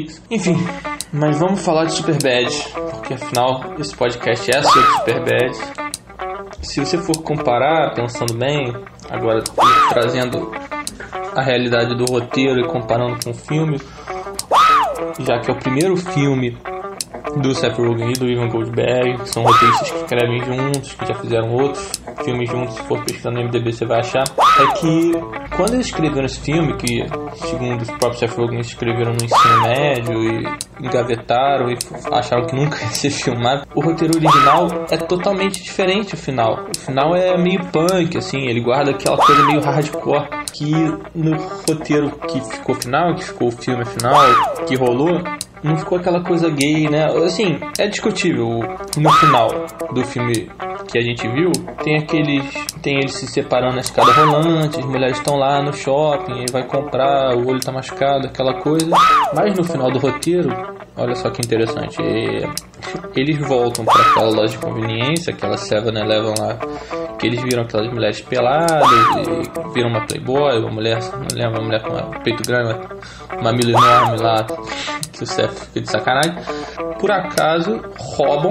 Geeks. Enfim, mas vamos falar de Superbad, porque afinal esse podcast é sobre Superbad. Se você for comparar, pensando bem, agora trazendo a realidade do roteiro e comparando com o filme, já que é o primeiro filme do Seth Rogen e do Evan Goldberg, que são roteiristas que escrevem juntos, que já fizeram outros filmes juntos. Se for pesquisar no IMDb você vai achar, é que quando eles escreveram esse filme, que segundo os próprios Seth Rogen escreveram no ensino médio e engavetaram e acharam que nunca ia ser filmado, o roteiro original é totalmente diferente. O final é meio punk, assim, ele guarda aquela coisa meio hardcore que no roteiro que ficou final, que ficou o filme final, que rolou, não ficou aquela coisa gay, né? Assim, é discutível. No final do filme que a gente viu, tem eles se separando na escada rolante, as mulheres estão lá no shopping, ele vai comprar, o olho tá machucado, aquela coisa. Mas no final do roteiro, olha só que interessante, eles voltam para aquela loja de conveniência, aquela 7-Eleven lá, que eles viram aquelas mulheres peladas e viram uma playboy, uma mulher, não lembro, uma mulher com um peito grande, uma mamilo enorme lá, que o Seth fica de sacanagem. Por acaso roubam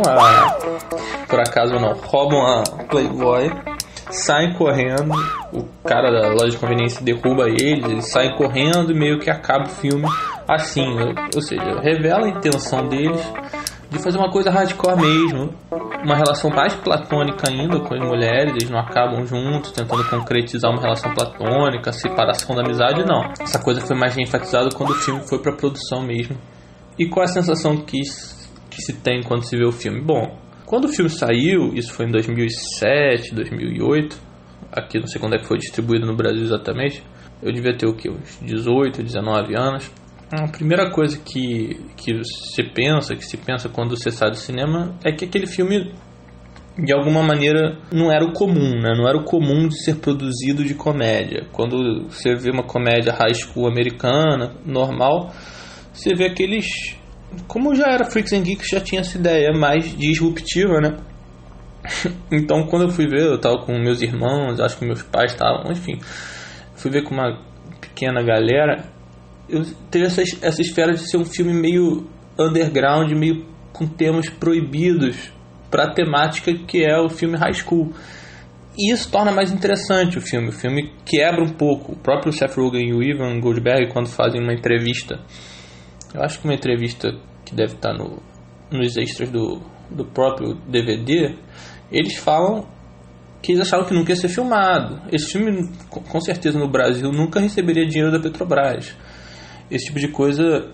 a playboy, saem correndo, o cara da loja de conveniência derruba eles saem correndo e meio que acaba o filme assim, ou seja, revela a intenção deles de fazer uma coisa hardcore mesmo, uma relação mais platônica ainda com as mulheres. Eles não acabam juntos tentando concretizar uma relação platônica, separação da amizade, não. Essa coisa foi mais enfatizada quando o filme foi pra produção mesmo. E qual é a sensação que se tem quando se vê o filme? Bom, quando o filme saiu, isso foi em 2007, 2008, aqui não sei quando é que foi distribuído no Brasil exatamente, eu devia ter o quê? Uns 18, 19 anos. A primeira coisa que se pensa quando você sai do cinema é que aquele filme, de alguma maneira, não era o comum, né? Não era o comum de ser produzido de comédia. Quando você vê uma comédia high school americana, normal, você vê aqueles... Como já era Freaks and Geeks, já tinha essa ideia mais disruptiva, né? Então, quando eu fui ver, eu tava com meus irmãos, acho que meus pais estavam, enfim, fui ver com uma pequena galera. Eu teve essa esfera de ser um filme meio underground, meio com temas proibidos para a temática que é o filme high school. E isso torna mais interessante o filme. O filme quebra um pouco. O próprio Seth Rogen e o Evan Goldberg, quando fazem uma entrevista, eu acho que uma entrevista que deve estar nos extras do próprio DVD, eles falam que eles achavam que nunca ia ser filmado. Esse filme, com certeza, no Brasil nunca receberia dinheiro da Petrobras. Esse tipo de coisa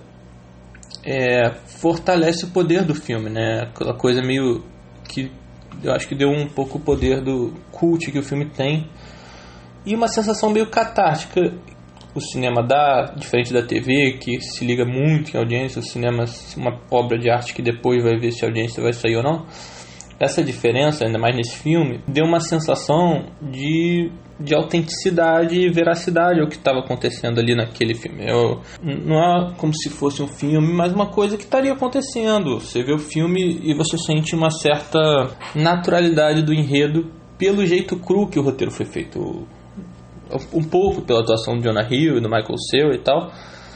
fortalece o poder do filme, né? Aquela coisa meio que eu acho que deu um pouco o poder do cult que o filme tem, e uma sensação meio catártica. O cinema dá, diferente da TV, que se liga muito em audiência. O cinema é uma obra de arte que depois vai ver se a audiência vai sair ou não. Essa diferença, ainda mais nesse filme, deu uma sensação de autenticidade e veracidade ao que estava acontecendo ali naquele filme. Não é como se fosse um filme, mas uma coisa que estaria acontecendo. Você vê o filme e você sente uma certa naturalidade do enredo pelo jeito cru que o roteiro foi feito. Um pouco pela atuação do Jonah Hill e do Michael Cera e tal,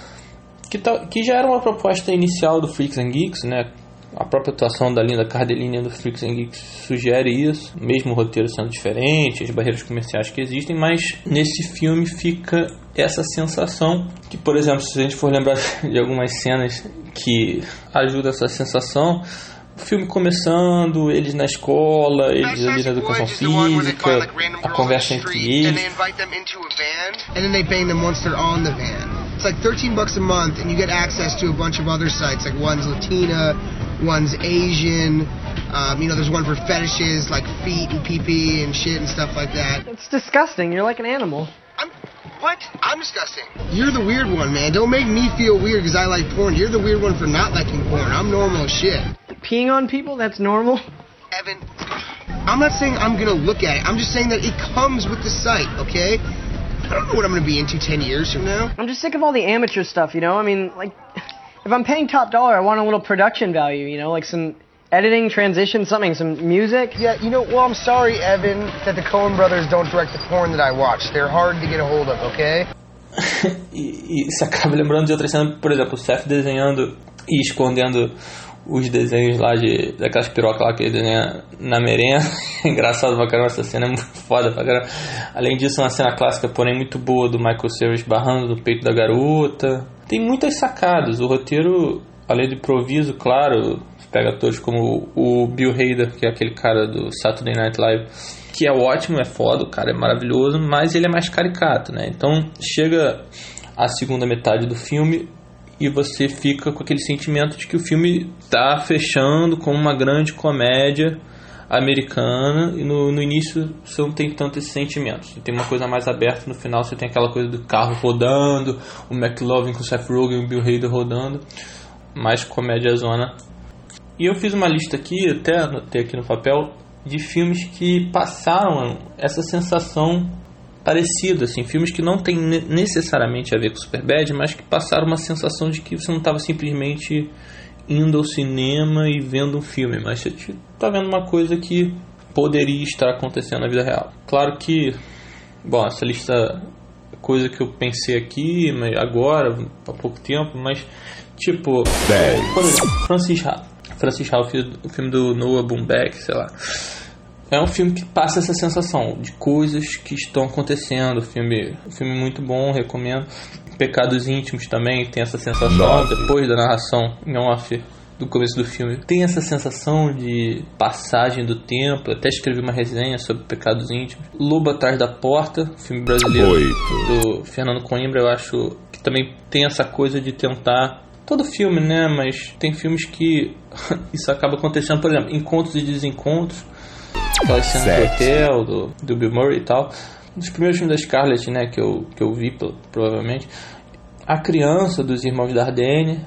que já era uma proposta inicial do Freaks and Geeks, né? A própria atuação da Linda Cardellini do Freaks and Geeks sugere isso, mesmo o roteiro sendo diferente, as barreiras comerciais que existem, mas nesse filme fica essa sensação que, por exemplo, se a gente for lembrar de algumas cenas que ajudam essa sensação, o filme começando, eles na escola, eles ali na educação física, a conversa entre eles. And then they bang them once they're on the van. It's like $13 a month, and you get access to a bunch of other sites, like one's Latina, one's Asian. There's one for fetishes, like feet and pee-pee and shit and stuff like that. It's disgusting. You're like an animal. What? I'm disgusting. You're the weird one, man. Don't make me feel weird because I like porn. You're the weird one for not liking porn. I'm normal as shit. Peeing on people? That's normal? Evan, I'm not saying I'm going to look at it. I'm just saying that it comes with the site, okay? I don't know what I'm going to be into 10 years from now. I'm just sick of all the amateur stuff, I mean, like, if I'm paying top dollar, I want a little production value, like some editing, transition, something, some music. Yeah, I'm sorry, Evan, that the Coen brothers don't direct the porn that I watch. They're hard to get a hold of, okay? e você acaba lembrando de outras cenas, por exemplo, o Seth desenhando e escondendo os desenhos lá daquelas pirocas lá que ele desenha na merenda. Engraçado pra caramba, essa cena é muito foda pra caramba. Além disso, uma cena clássica, porém muito boa, do Michael Cera esbarrando no peito da garota. Tem muitas sacadas. O roteiro, além do improviso, claro, pega atores como o Bill Hader, que é aquele cara do Saturday Night Live, que é ótimo, é foda, o cara é maravilhoso, mas ele é mais caricato, né? Então chega a segunda metade do filme e você fica com aquele sentimento de que o filme tá fechando com uma grande comédia americana, e no início você não tem tanto esse sentimento. Você tem uma coisa mais aberta, no final você tem aquela coisa do carro rodando, o McLovin com o Seth Rogen e o Bill Hader rodando, mais comédia zona. E eu fiz uma lista aqui, até anotei aqui no papel, de filmes que passaram essa sensação parecida, assim, filmes que não tem necessariamente a ver com Superbad, mas que passaram uma sensação de que você não estava simplesmente indo ao cinema e vendo um filme, mas você está vendo uma coisa que poderia estar acontecendo na vida real. Claro que, bom, essa lista é coisa que eu pensei aqui, mas agora, há pouco tempo, mas tipo, por exemplo, Francis Ha, o filme do Noah Baumbach, sei lá. É um filme que passa essa sensação de coisas que estão acontecendo. Um filme muito bom, recomendo. Pecados Íntimos também tem essa sensação. Depois da narração em off do começo do filme, tem essa sensação de passagem do tempo. Eu até escrevi uma resenha sobre Pecados Íntimos. Lobo Atrás da Porta, filme brasileiro do Fernando Coimbra, eu acho que também tem essa coisa de tentar... Todo filme, né? Mas tem filmes que isso acaba acontecendo. Por exemplo, Encontros e Desencontros, aquela cena do hotel, do Bill Murray e tal. Um dos primeiros filmes da Scarlett, né, que eu vi, provavelmente. A Criança, dos Irmãos Dardenne.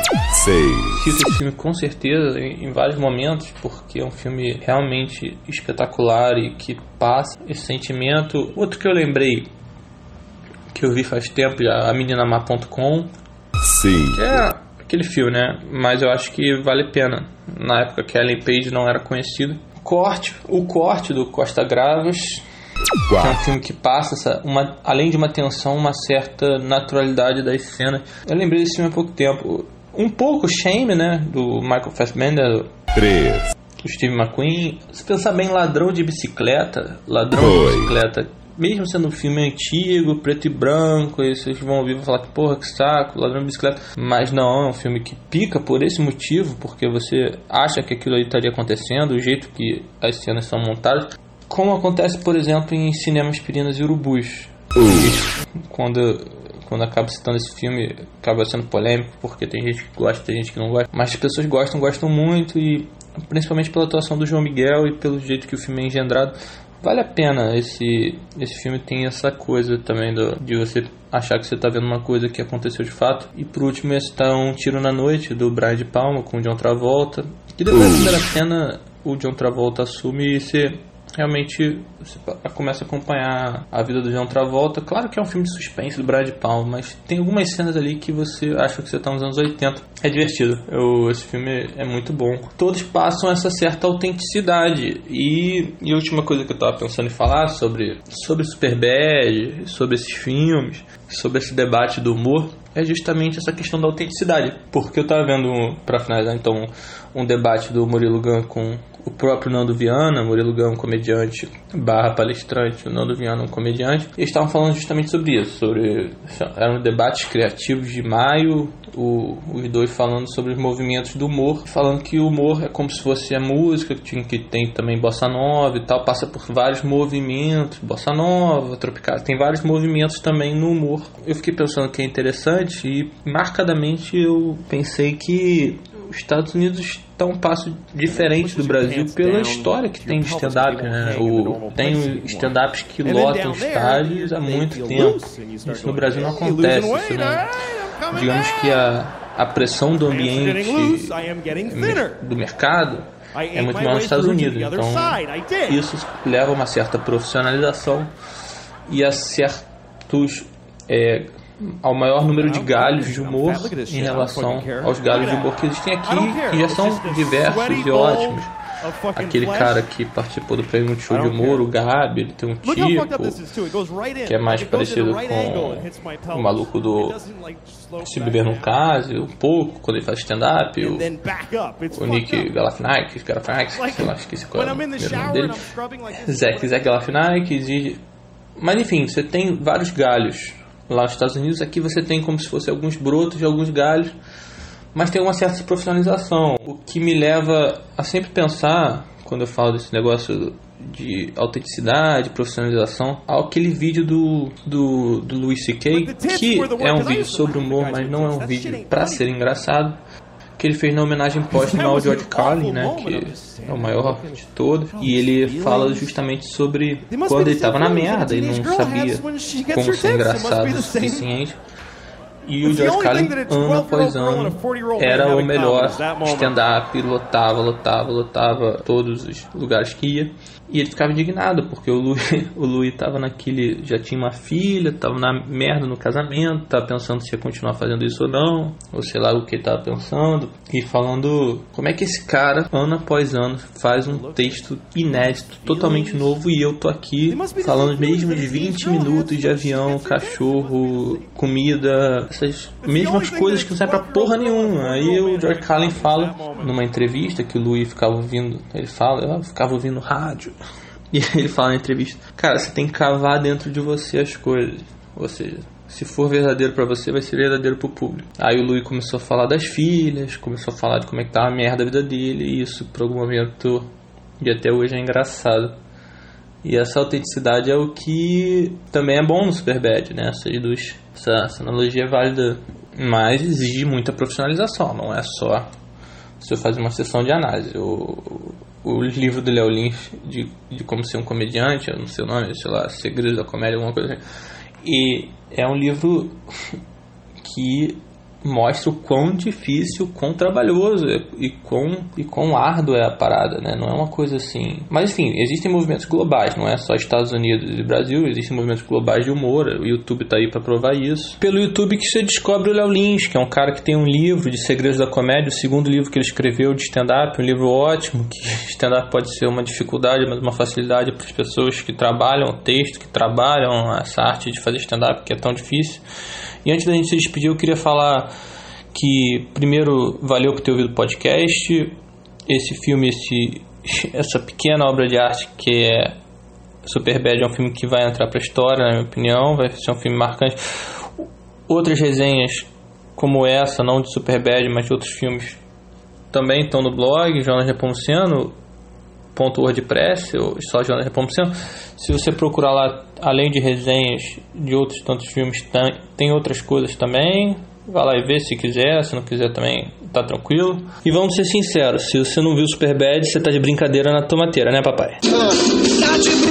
Cito esse filme com certeza em vários momentos, porque é um filme realmente espetacular e que passa esse sentimento. Outro que eu lembrei, que eu vi faz tempo já, amininamá.com. Que é aquele filme, né? Mas eu acho que vale a pena. Na época que a Ellen Page não era conhecida. O Corte, do Costa Gravas, que é um filme que passa além de uma tensão, uma certa naturalidade das cenas. Eu lembrei desse filme há pouco tempo. Um pouco Shame, né? Do Michael Fassbender. 3. Do Steve McQueen. Se pensar bem, Ladrão de Bicicleta, mesmo sendo um filme antigo, preto e branco, e vocês vão ouvir e vão falar que porra, que saco, Ladrão de Bicicleta. Mas não, é um filme que pica por esse motivo, porque você acha que aquilo ali estaria acontecendo, o jeito que as cenas são montadas. Como acontece, por exemplo, em Cinema, Aspirinas e Urubus. Quando acaba citando esse filme, acaba sendo polêmico, porque tem gente que gosta, tem gente que não gosta. Mas as pessoas gostam muito, e principalmente pela atuação do João Miguel e pelo jeito que o filme é engendrado. Vale a pena. Esse filme tem essa coisa também de você achar que você está vendo uma coisa que aconteceu de fato. E por último, esse tá Um Tiro na Noite, do Brian De Palma, com o John Travolta. Que depois da primeira cena, o John Travolta assume e você começa a acompanhar a vida do John Travolta. Claro que é um filme de suspense do Brian De Palma, mas tem algumas cenas ali que você acha que você está nos anos 80. É divertido. Esse filme é muito bom. Todos passam essa certa autenticidade. E a última coisa que eu estava pensando em falar sobre Superbad, sobre esses filmes, sobre esse debate do humor, é justamente essa questão da autenticidade. Porque eu estava vendo, para finalizar então, um debate do Murilo Gun com o próprio Nando Viana. Murilo Gun, um comediante / palestrante, o Nando Viana, um comediante. Eles estavam falando justamente sobre isso. Eram debates criativos de maio, os dois falando sobre os movimentos do humor, falando que o humor é como se fosse a música, que tem também bossa nova e tal, passa por vários movimentos, bossa nova, tropical, tem vários movimentos também no humor. Eu fiquei pensando que é interessante e marcadamente eu pensei que os Estados Unidos estão um passo diferente do Brasil pela história que tem de stand-up, né? Tem stand-ups que lotam estádios há muito tempo. Isso no Brasil não acontece. Isso não, digamos que a pressão do ambiente do mercado é muito maior nos Estados Unidos. Então isso leva a uma certa profissionalização e a certos... ao maior número de galhos de humor em relação aos galhos de humor que existem aqui, que já são diversos e ótimos. aquele cara que participou do prêmio Show de Humor, o Gabi, ele tem um tipo que é mais parecido com o maluco do Se Beber Não Case, um pouco, quando ele faz stand-up, o Nick Galifianakis, sei lá, esqueci qual é o nome dele, Zach Galifianakis, mas enfim, você tem vários galhos lá nos Estados Unidos. Aqui você tem como se fosse alguns brotos de alguns galhos, mas tem uma certa profissionalização, o que me leva a sempre pensar, quando eu falo desse negócio de autenticidade, profissionalização, aquele vídeo do Louis C.K., que é um vídeo sobre humor, mas não é um vídeo para ser engraçado, que ele fez na homenagem póstuma ao George Carlin, né, que é o maior de todos, e ele fala justamente sobre quando ele estava na merda e não sabia como ser engraçado o suficiente. E o George Carlin, ano após ano, era o melhor stand-up, lotava todos os lugares que ia. E ele ficava indignado, porque o Louis tava naquele... já tinha uma filha, tava na merda no casamento, tava pensando se ia continuar fazendo isso ou não, ou sei lá o que ele tava pensando. E falando como é que esse cara, ano após ano, faz um texto inédito, totalmente novo, e eu tô aqui falando mesmo de 20 minutos de avião, cachorro, comida, essas mesmas coisas que não servem pra porra nenhuma. Aí o George Carlin fala, numa entrevista que o Louis ficava ouvindo, ele fala, eu ficava ouvindo rádio. E ele fala na entrevista, cara, você tem que cavar dentro de você as coisas. Ou seja, se for verdadeiro pra você, vai ser verdadeiro pro público. Aí o Louis começou a falar das filhas, começou a falar de como é que tá a merda a vida dele, e isso por algum momento, e até hoje é engraçado. E essa autenticidade é o que também é bom no Superbad, né? Essa analogia é válida, mas exige muita profissionalização, não é só você fazer uma sessão de análise. O livro do Léo Lins de como ser um comediante, eu não sei o nome, sei lá, Segredos da Comédia, alguma coisa assim. E é um livro que mostra o quão difícil, quão trabalhoso e quão árduo é a parada, né? Não é uma coisa assim... Mas enfim, existem movimentos globais, não é só Estados Unidos e Brasil, existem movimentos globais de humor, o YouTube tá aí pra provar isso. Pelo YouTube que você descobre o Léo Lins, que é um cara que tem um livro de Segredos da Comédia, o segundo livro que ele escreveu de stand-up, um livro ótimo, que stand-up pode ser uma dificuldade, mas uma facilidade para as pessoas que trabalham o texto, que trabalham essa arte de fazer stand-up, que é tão difícil. E antes da gente se despedir, eu queria falar que, primeiro, valeu por ter ouvido o podcast. Esse filme, essa pequena obra de arte que é Superbad, é um filme que vai entrar para a história, na minha opinião, vai ser um filme marcante. Outras resenhas como essa, não de Superbad, mas de outros filmes, também estão no blog, Jonas Nepomuceno.wordpress, ou só Jonas Nepomuceno. Se você procurar lá, além de resenhas de outros tantos filmes, tem outras coisas também. Vai lá e vê se quiser, se não quiser também tá tranquilo. E vamos ser sinceros, se você não viu Superbad, você tá de brincadeira na tomateira, né, papai? Tá de